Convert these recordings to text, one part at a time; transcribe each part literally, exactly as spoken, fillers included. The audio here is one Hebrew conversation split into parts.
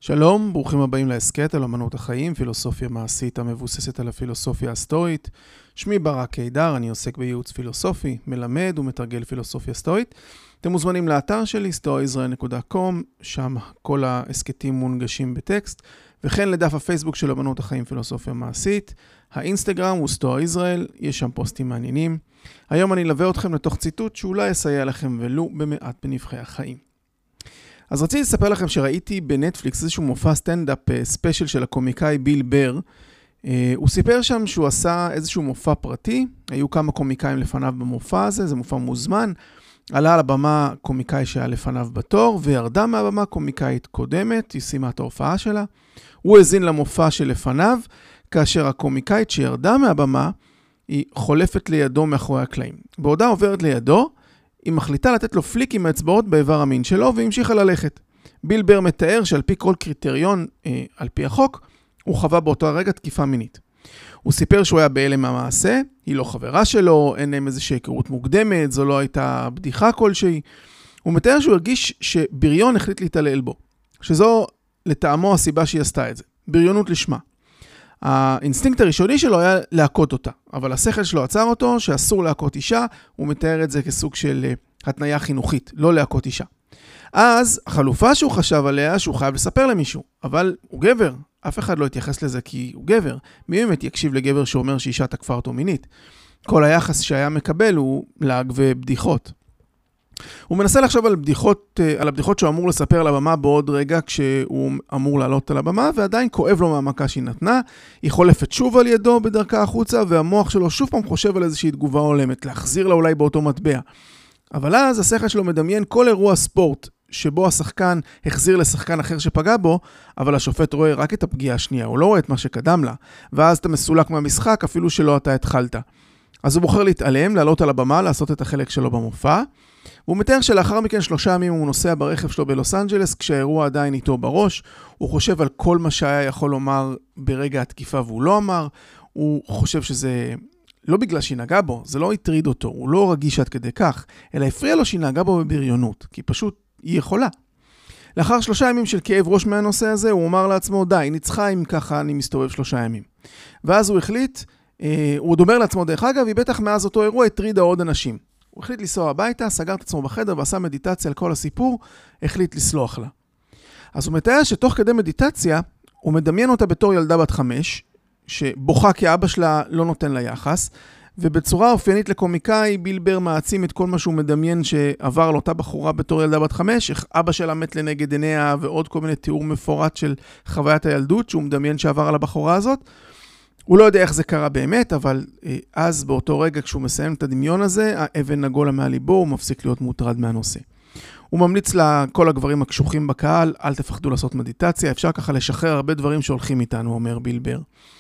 שלום, ברוכים הבאים להסכת על אמנות החיים, פילוסופיה מעשית המבוססת על הפילוסופיה הסטואית. שמי ברק קידר, אני עוסק בייעוץ פילוסופי, מלמד ומתרגל פילוסופיה סטואית. אתם מוזמנים לאתר שלי, סטואה ישראל נקודה קום, שם כל ההסכתים מונגשים בטקסט, וכן לדף הפייסבוק של אמנות החיים פילוסופיה מעשית. האינסטגרם הוא סטואה ישראל, יש שם פוסטים מעניינים. היום אני אלווה אתכם לתוך ציטוט שאולי יסייע לכם ולו במעט בנבחי החיים. אז רציתי לספר לכם שראיתי בנטפליקס איזשהו מופע סטנדאפ ספיישל של הקומיקאי ביל בר. הוא סיפר שם שהוא עשה איזשהו מופע פרטי, היו כמה קומיקאים לפניו במופע הזה, זה מופע מוזמן. עלה על הבמה קומיקאי שהיה לפניו בתור, וירדה מהבמה קומיקאית קודמת, היא סיימה את ההופעה שלה. הוא הזין למופע שלפניו, כאשר הקומיקאית שירדה מהבמה, היא חולפת לידו מאחורי הקלעים. בעודה עוברת לידו, היא מחליטה לתת לו פליק עם האצבעות באיבר המין שלו, והמשיכה ללכת. ביל בר מתאר שעל פי כל קריטריון, אה, על פי החוק, הוא חווה באותו הרגע תקיפה מינית. הוא סיפר שהוא היה בהלם מהמעשה, היא לא חברה שלו, אין להם איזושהי היכרות מוקדמת, זו לא הייתה בדיחה כלשהי. הוא מתאר שהוא הרגיש שבריון החליט להתעלל בו, שזו לטעמו הסיבה שהיא עשתה את זה. בריונות לשמה. האינסטינקט הראשוני שלו היה להכות אותה, אבל השכל שלו עצר אותו שאסור להכות אישה, הוא מתאר את זה כסוג של התניה חינוכית, לא להכות אישה. אז החלופה שהוא חשב עליה שהוא חייב לספר למישהו, אבל הוא גבר, אף אחד לא יתייחס לזה כי הוא גבר. מי באמת יקשיב לגבר שאומר שאישה תקפה אותו מינית? כל היחס שהיה מקבל הוא לעג ובדיחות. הוא מנסה לחשוב על בדיחות, על הבדיחות שהוא אמור לספר על הבמה בעוד רגע כשהוא אמור לעלות על הבמה, ועדיין כואב לו מהמכה שהיא נתנה. היא חולפת שוב על ידו בדרכה החוצה, והמוח שלו שוב פעם חושב על איזושהי תגובה עולמת, להחזיר לה אולי באותו מטבע. אבל אז השכל שלו מדמיין כל אירוע ספורט שבו השחקן החזיר לשחקן אחר שפגע בו, אבל השופט רואה רק את הפגיעה השנייה, הוא לא רואה את מה שקדם לה, ואז אתה מסולק מהמשחק אפילו שלא אתה התחלת. אז הוא בוחר להתעלם, לעלות על הבמה, לעשות את החלק שלו במופע. והוא מתאר שלאחר מכן שלושה ימים הוא נוסע ברכב שלו בלוס אנג'לס, כשהאירוע עדיין איתו בראש. הוא חושב על כל מה שהיה יכול לומר ברגע התקיפה והוא לא אמר. הוא חושב שזה לא בגלל שהיא נגעה בו, זה לא הטריד אותו, הוא לא רגיש עד כדי כך, אלא הפריע לו שהיא נגעה בו בבריונות, כי פשוט היא יכולה. לאחר שלושה ימים של כאב ראש מהנושא הזה, הוא אמר לעצמו, די, ניצחה אם ככה אני מסתובב שלושה ימים. ואז הוא החליט, אה, הוא דובר לעצמו דרך אגב, היא בטח מאז אותו אירוע הטרידה עוד אנשים. הוא החליט לנסוע הביתה, סגר את עצמו בחדר ועשה מדיטציה על כל הסיפור, החליט לסלוח לה. אז הוא מתאר שתוך כדי מדיטציה, הוא מדמיין אותה בתור ילדה בת חמש, שבוכה כי אבא שלה לא נותן לה יחס, ובצורה אופיינית לקומיקאי, ביל בר מעצים את כל מה שהוא מדמיין שעבר על אותה בחורה בתור ילדה בת חמש, איך אבא שלה מת לנגד עיניה, ועוד כל מיני תיאור מפורט של חוויית הילדות, שהוא מדמיין שעבר על הבחורה הזאת. הוא לא יודע איך זה קרה באמת, אבל אז באותו רגע כשהוא מסיים את הדמיון הזה, האבן נגולה מהליבו, הוא מפסיק להיות מוטרד מהנושא. הוא ממליץ לכל הגברים הקשוחים בקהל, אל תפחדו לעשות מדיטציה, אפשר ככה לשחרר הרבה דברים שהולכים איתנו, אומר ביל בר.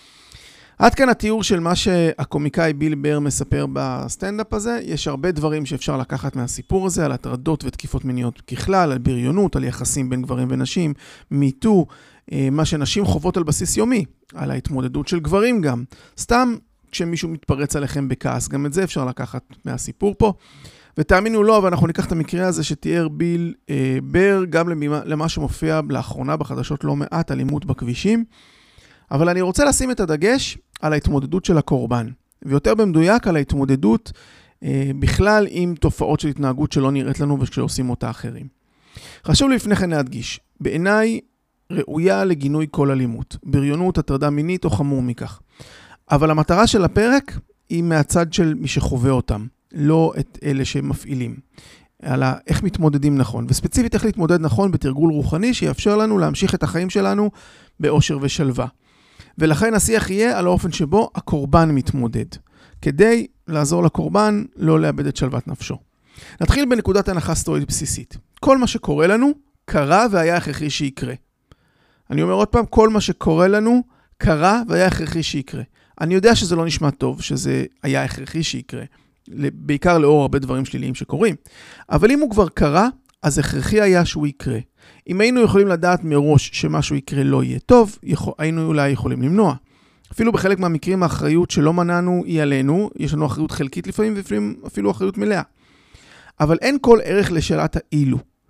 עד כאן התיאור של מה שהקומיקאי ביל בר מספר בסטנדאפ הזה. יש הרבה דברים שאפשר לקחת מהסיפור הזה, על הטרדות ותקיפות מיניות ככלל, על בריונות, על יחסים בין גברים ונשים, מיטו, מה שנשים חוות על בסיס יומי, על ההתמודדות של גברים גם. סתם כשמישהו מתפרץ עליכם בכעס, גם את זה אפשר לקחת מהסיפור פה. ותאמינו לו, אבל אנחנו ניקח את המקרה הזה שתיאר ביל אה, בר, גם למה, למה שמופיע לאחרונה בחדשות לא מעט, אלימות בכבישים. אבל אני רוצה לשים את הדגש על ההתמודדות של הקורבן, ויותר במדויק על ההתמודדות אה, בכלל עם תופעות של התנהגות שלא נראית לנו ושעושים אותה אחרים. חשוב לי לפני כן להדגיש, בעיניי ראויה לגינוי כל אלימות, בריונות, הטרדה מינית או חמור מכך. אבל המטרה של הפרק היא מהצד של מי שחווה אותם, לא את אלה שמפעילים, על איך מתמודדים נכון, וספציפית איך להתמודד נכון בתרגול רוחני שיאפשר לנו להמשיך את החיים שלנו באושר ושלווה. ולכן השיח יהיה על האופן שבו הקורבן מתמודד, כדי לעזור לקורבן לא לאבד את שלוות נפשו. נתחיל בנקודת הנחה סטואית בסיסית. כל מה שקורה לנו קרה והיה הכרחי שיקרה. אני אומר עוד פעם, כל מה שקורה לנו קרה והיה הכרחי שיקרה. אני יודע שזה לא נשמע טוב, שזה היה הכרחי שיקרה, בעיקר לאור הרבה דברים שליליים שקורים. אבל אם הוא כבר קרה, אז הכרחי היה שהוא יקרה. אם היינו יכולים לדעת מראש שמשהו יקרה לא יהיה טוב, יכול, היינו אולי יכולים למנוע. אפילו בחלק מהמקרים האחריות שלא מנענו היא עלינו, יש לנו אחריות חלקית לפעמים, ולפעמים אפילו אחריות מלאה. אבל אין כל ערך לשאלת האילו.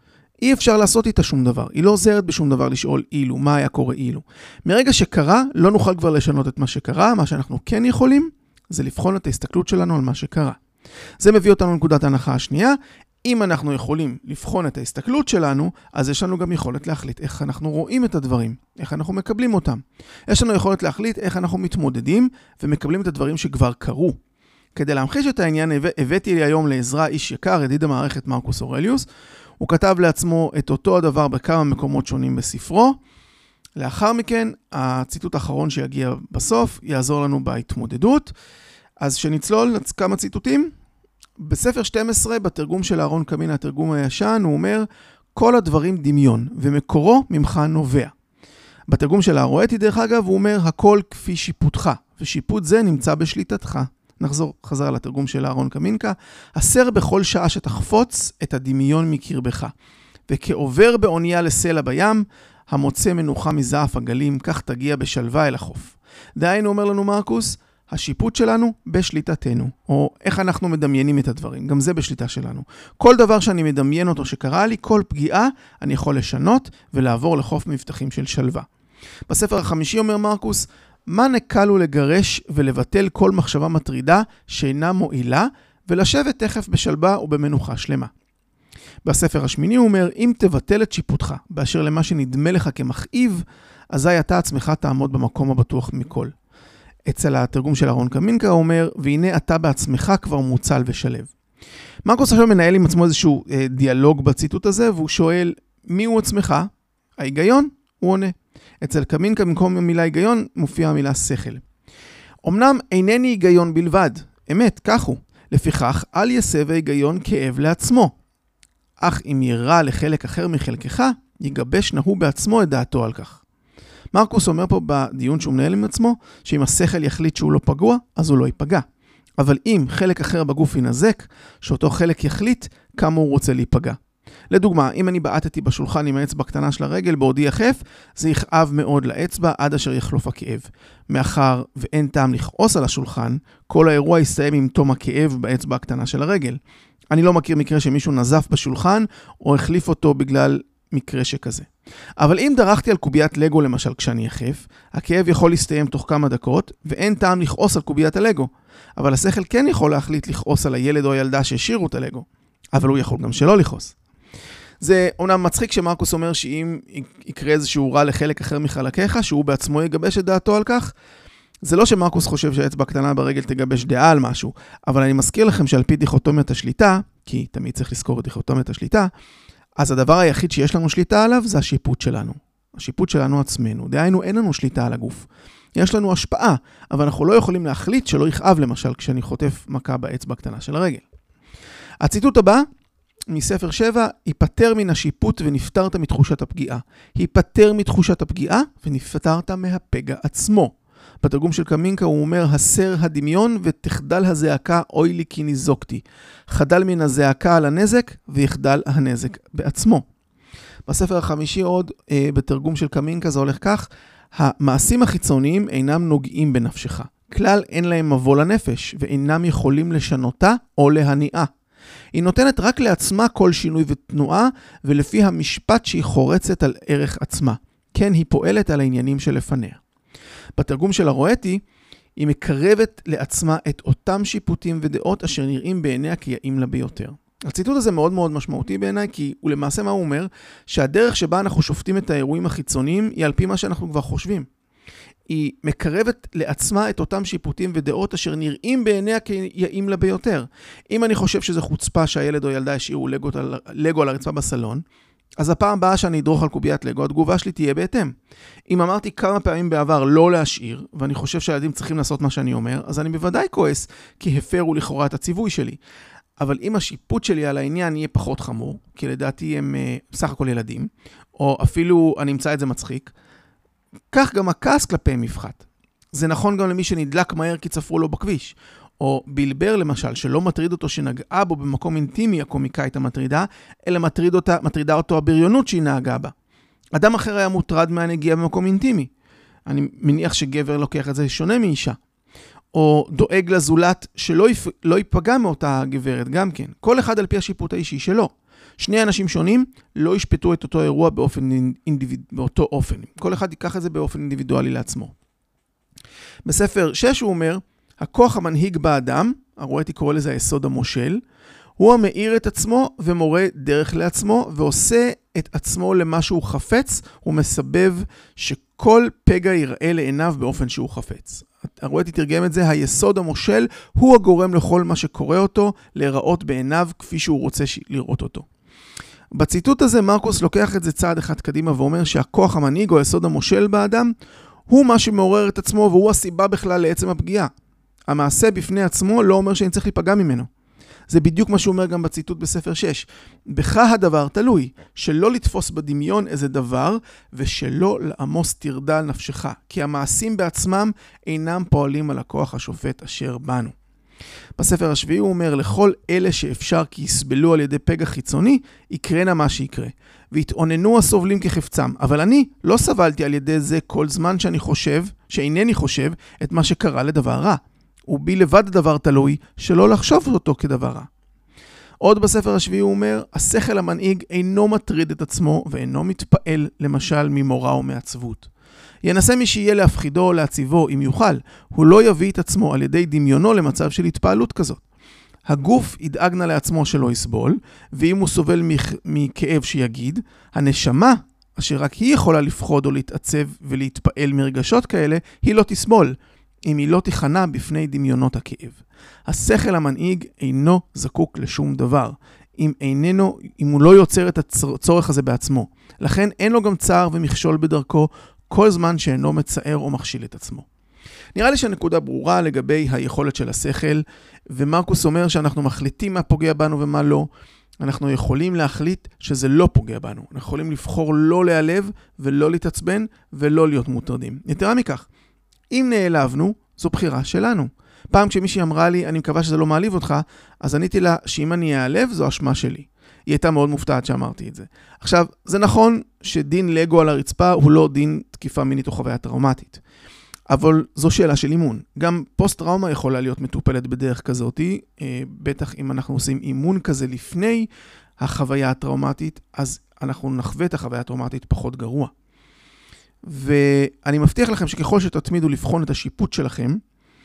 אי אפשר לעשות איתה שום דבר. היא לא עוזרת בשום דבר לשאול אילו, מה היה קורה אילו. מרגע שקרה, לא נוכל כבר לשנות את מה שקרה. מה שאנחנו כן יכולים, זה לבחון את ההסתכלות שלנו על מה שקרה. זה מביא אותנו לנקודת ההנחה השנייה. אם אנחנו יכולים לבחון את ההסתכלות שלנו, אז יש לנו גם יכולת להחליט איך אנחנו רואים את הדברים, איך אנחנו מקבלים אותם. יש לנו יכולת להחליט איך אנחנו מתמודדים ומקבלים את הדברים שכבר קרו. כדי להמחיש את העניין, הבאתי לי היום לעזרה איש יקר, ידיד המערכת מרקוס אורליוס. הוא כתב לעצמו את אותו הדבר בכמה מקומות שונים בספרו. לאחר מכן, הציטוט האחרון שיגיע בסוף יעזור לנו בהתמודדות. אז שנצלול כמה ציטוטים. בספר שתים עשרה, בתרגום של אהרון קמינה, התרגום הישן, הוא אומר, כל הדברים דמיון, ומקורו ממך נובע. בתרגום של הארואטי, דרך אגב, הוא אומר, הכל כפי שיפוטך, ושיפוט זה נמצא בשליטתך. נחזור חזר לתרגום של אהרון קמינקה, הסר בכל שעה שתחפוץ את הדמיון מקרבך, וכעובר באונייה לסלע בים, המוצא מנוחה מזעף הגלים, כך תגיע בשלווה אל החוף. דהיינו אומר לנו מרקוס, השיפוט שלנו בשליטתנו, או איך אנחנו מדמיינים את הדברים, גם זה בשליטה שלנו. כל דבר שאני מדמיין אותו שקרה לי, כל פגיעה אני יכול לשנות ולעבור לחוף מבטחים של שלווה. בספר החמישי אומר מרקוס, מה נקלו לגרש ולבטל כל מחשבה מטרידה שאינה מועילה, ולשבת תכף בשלווה ובמנוחה שלמה. בספר השמיני הוא אומר, אם תבטל את שיפוטך באשר למה שנדמה לך כמכאיב, אזי אתה עצמך תעמוד במקום הבטוח מכל. אצל התרגום של אהרון קמינקה הוא אומר, והנה אתה בעצמך כבר מוצל ושלב. מרקוס עכשיו מנהל עם עצמו איזשהו אה, דיאלוג בציטוט הזה, והוא שואל, מי הוא עצמך? ההיגיון? הוא עונה. אצל קמינקה במקום המילה היגיון מופיעה המילה שכל. אמנם אינני היגיון בלבד, אמת, כך הוא. לפיכך, אל יסב ההיגיון כאב לעצמו. אך אם ירע לחלק אחר מחלקך, יגבש נהו בעצמו את דעתו על כך. מרקוס אומר פה בדיון שהוא מנהל עם עצמו, שאם השכל יחליט שהוא לא פגוע, אז הוא לא ייפגע. אבל אם חלק אחר בגוף ינזק, שאותו חלק יחליט כמה הוא רוצה להיפגע. לדוגמה, אם אני בעטתי בשולחן עם האצבע הקטנה של הרגל בעודי יחף, זה יכאב מאוד לאצבע עד אשר יחלוף הכאב. מאחר ואין טעם לכעוס על השולחן, כל האירוע יסתיים עם תום הכאב באצבע הקטנה של הרגל. אני לא מכיר מקרה שמישהו נזף בשולחן או החליף אותו בגלל מקרה שכזה. אבל אם דרכתי על קוביית לגו למשל כשאני יחף, הכאב יכול להסתיים תוך כמה דקות, ואין טעם לכעוס על קוביית הלגו. אבל השכל כן יכול להחליט לכעוס על הילד או הילדה שהשאירו את הלגו. אבל הוא יכול גם שלא לכעוס. זה אומנם מצחיק שמרקוס אומר שאם יקרה איזשהו רע לחלק אחר מחלקיך, שהוא בעצמו יגבש את דעתו על כך, זה לא שמרקוס חושב שהאצבע קטנה ברגל תגבש דעה על משהו, אבל אני מזכיר לכם שעל פי דיכוטומיית השליטה, כי תמיד צריך לזכור את דיכוטומיית השליטה, אז הדבר היחיד שיש לנו שליטה עליו זה השיפוט שלנו. השיפוט שלנו עצמנו. דהיינו, אין לנו שליטה על הגוף. יש לנו השפעה, אבל אנחנו לא יכולים להחליט שלא יכאב למשל כשאני חוטף מכה באצבע הקטנה של הרגל. הציטוט הבא, מספר שבע, היפטר מן השיפוט ונפטרת מתחושת הפגיעה. היפטר מתחושת הפגיעה ונפטרת מהפגע עצמו. בתרגום של קמינקה הוא אומר, הסר הדמיון ותחדל הזעקה, אוי לי כי ניזוקתי. חדל מן הזעקה על הנזק ויחדל הנזק בעצמו. בספר החמישי עוד, אה, בתרגום של קמינקה זה הולך כך, המעשים החיצוניים אינם נוגעים בנפשך. כלל אין להם מבוא לנפש ואינם יכולים לשנותה או להניעה. היא נותנת רק לעצמה כל שינוי ותנועה, ולפי המשפט שהיא חורצת על ערך עצמה. כן, היא פועלת על העניינים שלפניה. בתרגום של הארואטי, היא מקרבת לעצמה את אותם שיפוטים ודעות אשר נראים בעיניה כיאים לה ביותר. הציטוט הזה מאוד מאוד משמעותי בעיניי, כי הוא למעשה מה הוא אומר? שהדרך שבה אנחנו שופטים את האירועים החיצוניים היא על פי מה שאנחנו כבר חושבים. היא מקרבת לעצמה את אותם שיפוטים ודעות אשר נראים בעיניה כיאים לה ביותר. אם אני חושב שזה חוצפה שהילד או ילדה השאירו לגו, לגו על הרצפה בסלון, אז הפעם הבאה שאני אדרוך על קוביית לגו, התגובה שלי תהיה בהתאם. אם אמרתי כמה פעמים בעבר לא להשאיר, ואני חושב שהילדים צריכים לעשות מה שאני אומר, אז אני בוודאי כועס, כי הפרו לכאורה את הציווי שלי. אבל אם השיפוט שלי על העניין יהיה פחות חמור, כי לדעתי הם uh, סך הכל ילדים, או אפילו אני אמצא את זה מצחיק, כך גם הכעס כלפיהם יפחת. זה נכון גם למי שנדלק מהר כי צפרו לו בכביש. או בילבר למשל, שלא מטריד אותו שנגעה בו במקום אינטימי הקומיקאית המטרידה, אלא מטריד אותה, מטרידה אותו הבריונות שהיא נהגה בה. אדם אחר היה מוטרד מהנגיעה במקום אינטימי. אני מניח שגבר לוקח את זה שונה מאישה. או דואג לזולת שלא יפ... לא ייפגע מאותה גברת גם כן. כל אחד על פי השיפוט האישי שלו. שני אנשים שונים לא ישפטו את אותו אירוע באופן אינדיביד... באותו אופן. כל אחד ייקח את זה באופן אינדיבידואלי לעצמו. בספר שש הוא אומר, הכוח המנהיג באדם, הרואטי קורא לזה היסוד המושל, הוא המאיר את עצמו ומורה דרך לעצמו, ועושה את עצמו למה שהוא חפץ, הוא מסבב שכל פגע יראה לעיניו באופן שהוא חפץ. הרואטי תרגם את זה, היסוד המושל הוא הגורם לכל מה שקורה אותו, להיראות בעיניו כפי שהוא רוצה לראות אותו. בציטוט הזה מרקוס לוקח את זה צעד אחד קדימה ואומר שהכוח המנהיג או היסוד המושל באדם, הוא מה שמעורר את עצמו והוא הסיבה בכלל לעצם הפגיעה. המעשה בפני עצמו לא אומר שאני צריך להיפגע ממנו. זה בדיוק מה שהוא אומר גם בציטוט בספר שש. בך הדבר תלוי, שלא לתפוס בדמיון איזה דבר, ושלא לעמוס תרדה על נפשך, כי המעשים בעצמם אינם פועלים על הכוח השופט אשר בנו. בספר השביעי הוא אומר, לכל אלה שאפשר כי יסבלו על ידי פגע חיצוני, יקרנה מה שיקרה, והתעוננו הסובלים כחפצם. אבל אני לא סבלתי על ידי זה כל זמן שאני חושב, שאינני חושב, את מה שקרה לדבר רע. ובי לבד הדבר תלוי, שלא לחשוב אותו כדבר רע. עוד בספר השביעי הוא אומר, השכל המנהיג אינו מטריד את עצמו, ואינו מתפעל, למשל, ממורא או מעצבות. ינסה מי שיהיה להפחידו או להציבו, אם יוכל, הוא לא יביא את עצמו על ידי דמיונו למצב של התפעלות כזאת. הגוף ידאגנה לעצמו שלא יסבול, ואם הוא סובל מכאב שיגיד, הנשמה, אשר רק היא יכולה לפחוד או להתעצב ולהתפעל מרגשות כאלה, היא לא תסבול, אם היא לא תיכנע בפני דמיונות הכאב. השכל המנהיג אינו זקוק לשום דבר, אם איננו, אם הוא לא יוצר את הצורך הזה בעצמו. לכן אין לו גם צער ומכשול בדרכו, כל זמן שאינו מצער או מכשיל את עצמו. נראה לי שהנקודה ברורה לגבי היכולת של השכל, ומרקוס אומר שאנחנו מחליטים מה פוגע בנו ומה לא. אנחנו יכולים להחליט שזה לא פוגע בנו. אנחנו יכולים לבחור לא להיעלב ולא להתעצבן ולא להיות מוטרדים. יתרה מכך, אם נעלבנו, זו בחירה שלנו. פעם כשמישהי אמרה לי, אני מקווה שזה לא מעליב אותך, אז עניתי לה שאם אני אעלב, זו אשמה שלי. היא הייתה מאוד מופתעת שאמרתי את זה. עכשיו, זה נכון שדין לגו על הרצפה הוא לא דין תקיפה מינית או חוויה טראומטית. אבל זו שאלה של אימון. גם פוסט-טראומה יכולה להיות מטופלת בדרך כזאת, בטח אם אנחנו עושים אימון כזה לפני החוויה הטראומטית, אז אנחנו נחווה את החוויה הטראומטית פחות גרוע. ואני מבטיח לכם שככל שתתמידו לבחון את השיפוט שלכם,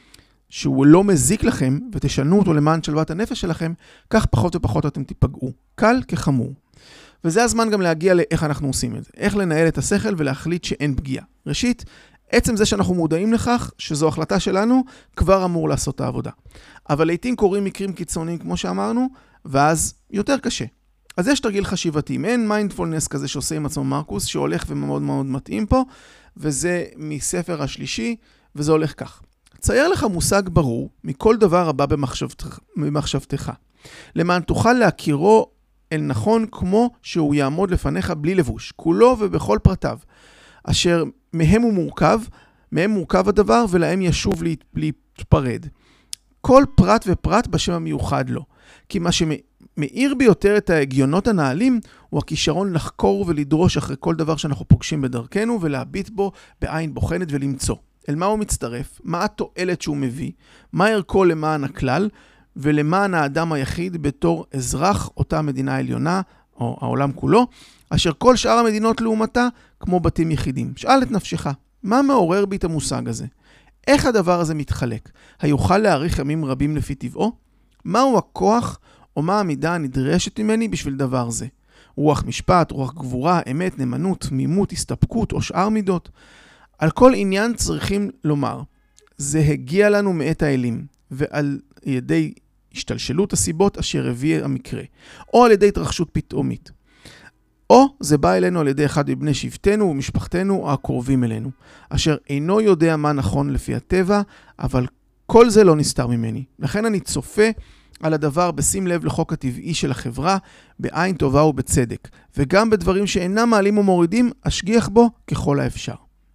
שהוא לא מזיק לכם, ותשנו אותו למען שלוות הנפש שלכם, כך פחות ופחות אתם תיפגעו. קל כחמור. וזה הזמן גם להגיע לאיך אנחנו עושים את זה. איך לנהל את השכל ולהחליט שאין פגיעה. ראשית, עצם זה שאנחנו מודעים לכך, שזו החלטה שלנו, כבר אמור לעשות את העבודה. אבל לעתים קורים מקרים קיצוניים, כמו שאמרנו, ואז יותר קשה. אז יש תרגיל חשיבתי, אין מיינדפולנס כזה שעושה עם עצמו מרקוס, שהולך ומאוד מאוד מתאים פה, וזה מספר השלישי, וזה הולך כך. צייר לך מושג ברור מכל דבר הבא במחשבתך, במחשבתך. למען תוכל להכירו אל נכון כמו שהוא יעמוד לפניך בלי לבוש, כולו ובכל פרטיו, אשר מהם הוא מורכב, מהם מורכב הדבר ולהם ישוב להתפרד. כל פרט ופרט בשם המיוחד לו, כי מה שמאיר ביותר את ההגיונות הנעלים הוא הכישרון לחקור ולדרוש אחרי כל דבר שאנחנו פוגשים בדרכנו ולהביט בו בעין בוחנת ולמצוא. אל מה הוא מצטרף, מה התועלת שהוא מביא, מה ערכו למען הכלל ולמען האדם היחיד בתור אזרח אותה מדינה עליונה או העולם כולו, אשר כל שאר המדינות לעומתה כמו בתים יחידים. שאל את נפשך, מה מעורר בי את המושג הזה? איך הדבר הזה מתחלק? היוכל להאריך ימים רבים לפי טבעו? מהו הכוח או מה המידה הנדרשת ממני בשביל דבר זה? רוח משפט, רוח גבורה, אמת, נאמנות, תמימות, הסתפקות או שאר מידות? על כל עניין צריכים לומר, זה הגיע לנו מאת האלים, ועל ידי השתלשלות הסיבות אשר הביא המקרה, או על ידי התרחשות פתאומית. או זה בא אלינו על ידי אחד מבני שבטנו ומשפחתנו או הקרובים אלינו, אשר אינו יודע מה נכון לפי הטבע, אבל כל זה לא נסתר ממני. לכן אני צופה על הדבר בשים לב לחוק הטבעי של החברה, בעין טובה ובצדק, וגם בדברים שאינם מעלים ומורידים, אשגיח בו ככל האפשר.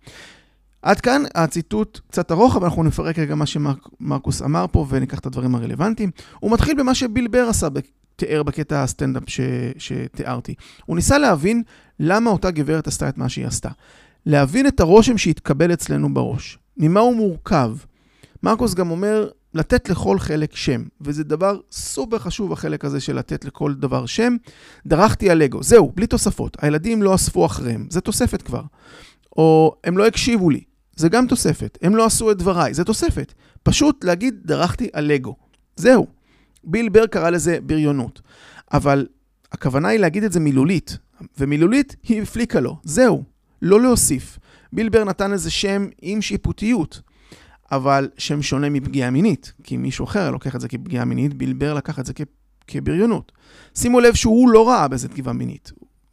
עד כאן הציטוט קצת ארוך, אבל אנחנו נפרק רגע מה שמרקוס אמר פה וניקח את הדברים הרלוונטיים. הוא מתחיל במה שביל בר עשה, תיאר בקטע הסטנדאפ ש... שתיארתי. הוא ניסה להבין למה אותה גברת עשתה את מה שהיא עשתה. להבין את הרושם שהתקבל אצלנו בראש. ממה הוא מורכב. מרקוס גם אומר, לתת לכל חלק שם, וזה דבר סופר חשוב החלק הזה של לתת לכל דבר שם. דרכתי על לגו, זהו, בלי תוספות. הילדים לא אספו אחריהם, זה תוספת כבר. או הם לא הקשיבו לי, זה גם תוספת. הם לא עשו את דבריי, זה תוספת. פשוט להגיד, דרכתי על לגו. זהו. ביל בר קרא לזה בריונות. אבל הכוונה היא להגיד את זה מילולית, ומילולית היא הפליקה לו. זהו, לא להוסיף. ביל בר נתן איזה שם עם שיפוטיות, אבל שם שונה מפגיעה מינית, כי מישהו אחר לוקח את זה כפגיעה מינית, ביל בר לקח את זה כ- כבריונות. שימו לב שהוא לא ראה בזה תגובה מינית.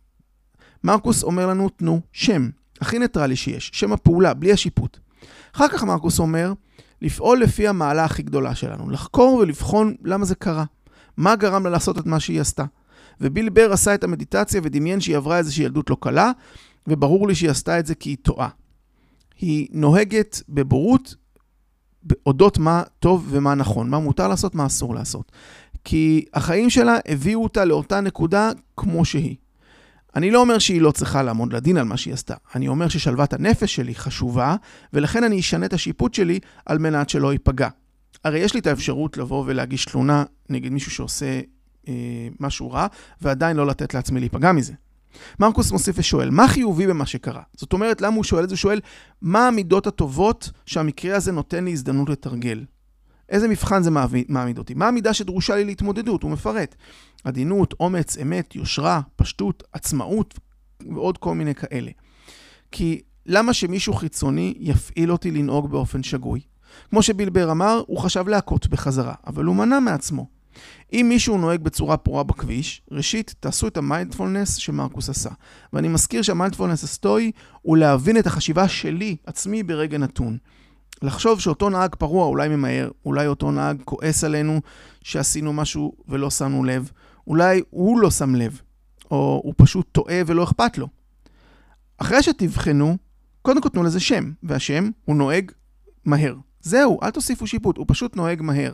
מרקוס אומר לנו, תנו שם, הכי ניטרלי שיש, שם הפעולה, בלי השיפוט. אחר כך מרקוס אומר, לפעול לפי המעלה הכי גדולה שלנו, לחקור ולבחון למה זה קרה, מה גרם לה לעשות את מה שהיא עשתה. וביל בר עשה את המדיטציה ודמיין שהיא עברה איזושהי ילדות לא קלה, וברור לי שהיא עשתה את זה כי היא טועה. היא נוהגת בבורות, אודות מה טוב ומה נכון, מה מותר לעשות, מה אסור לעשות. כי החיים שלה הביאו אותה לאותה נקודה כמו שהיא. אני לא אומר שהיא לא צריכה לעמוד לדין על מה שהיא עשתה. אני אומר ששלוות הנפש שלי חשובה, ולכן אני אשנה את השיפוט שלי על מנת שלא ייפגע. הרי יש לי את האפשרות לבוא ולהגיש תלונה נגד מישהו שעושה אה, משהו רע, ועדיין לא לתת לעצמי להיפגע מזה. מרקוס מוסיף ושואל, מה חיובי במה שקרה? זאת אומרת, למה הוא שואל את זה? הוא שואל, מה המידות הטובות שהמקרה הזה נותן לי הזדמנות לתרגל? איזה מבחן זה מעמיד אותי? מה המידה שדרושה לי להתמודדות? הוא מפרט. עדינות, אומץ, אמת, יושרה, פשטות, עצמאות ועוד כל מיני כאלה. כי למה שמישהו חיצוני יפעיל אותי לנהוג באופן שגוי? כמו שביל בר אמר, הוא חשב להכות בחזרה, אבל הוא מנע מעצמו. אם מישהו נוהג בצורה פורה בכביש, ראשית, תעשו את המיינדפולנס שמרקוס עשה. ואני מזכיר שהמיינדפולנס הסטואי הוא להבין את החשיבה שלי, עצמי ברגע נתון. לחשוב שאותו נהג פרוע אולי ממהר, אולי אותו נהג כועס עלינו שעשינו משהו ולא שמנו לב, אולי הוא לא שם לב, או הוא פשוט טועה ולא אכפת לו. אחרי שתבחנו, קודם כל תנו לזה שם, והשם הוא נוהג מהר. זהו, אל תוסיפו שיפוט, הוא פשוט נוהג מהר.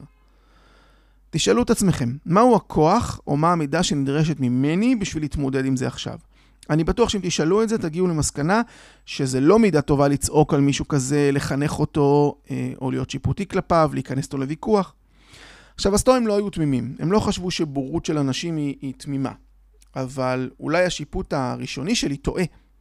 תשאלו את עצמכם, מהו הכוח או מה המידה שנדרשת ממני בשביל להתמודד עם זה עכשיו? אני בטוח שאם תשאלו את זה, תגיעו למסקנה שזה לא מידה טובה לצעוק על מישהו כזה, לחנך אותו, או להיות שיפוטי כלפיו, להיכנס אותו לוויכוח. עכשיו, הסטואים לא היו תמימים. הם לא חשבו שבורות של אנשים היא, היא תמימה. אבל אולי השיפוט הראשוני שלי טועה.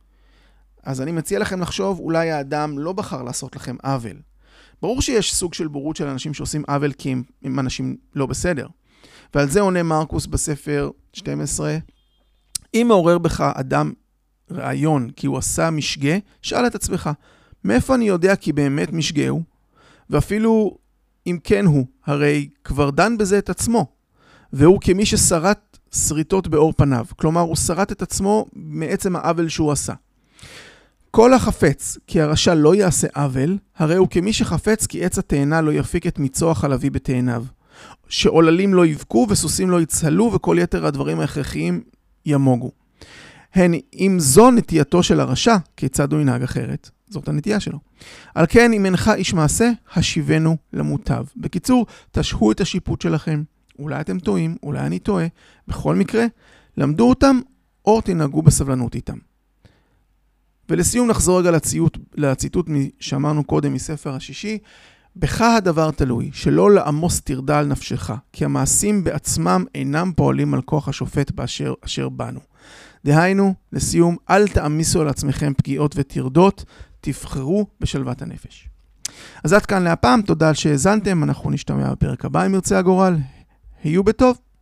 אז אני מציע לכם לחשוב, אולי האדם לא בחר לעשות לכם עוול. ברור שיש סוג של בורות של אנשים שעושים עוול כי הם, הם אנשים לא בסדר. ועל זה עונה מרקוס בספר שתים עשרה. אם מעורר בך אדם רעיון כי הוא עשה משגה, שאל את עצמך, מאיפה אני יודע כי באמת משגה הוא? ואפילו אם כן הוא, הרי כבר דן בזה את עצמו. והוא כמי ששרט שריטות באור פניו. כלומר, הוא שרט את עצמו מעצם העוול שהוא עשה. כל החפץ כי הרשע לא יעשה עוול, הרי הוא כמי שחפץ כי עץ התאנה לא יפיק את מיצו החלבי בתאניו. שעוללים לא יבכו וסוסים לא יצהלו וכל יתר הדברים ההכרחיים ימוגו. הן, אם זו נטייתו של הרשע, כיצד הוא ינהג אחרת? זאת הנטייה שלו. על כן, אם אינך איש מעשה, השיבנו למוטב. בקיצור, תשהו את השיפוט שלכם. אולי אתם טועים, אולי אני טועה. בכל מקרה, למדו אותם או תנהגו בסבלנות איתם. ולסיום נחזור רגע לציוט, לציטוט שאמרנו קודם מספר השישי. בך הדבר תלוי, שלא לעמוס תרדה על נפשך, כי המעשים בעצמם אינם פועלים על כוח השופט באשר אשר בנו. דהיינו, לסיום, אל תעמיסו על עצמכם פגיעות ותרדות, תבחרו בשלוות הנפש. אז עד כאן להפעם, תודה על שהאזנתם, אנחנו נשתמע בפרק הבא אם ירצה הגורל. היו בטוב.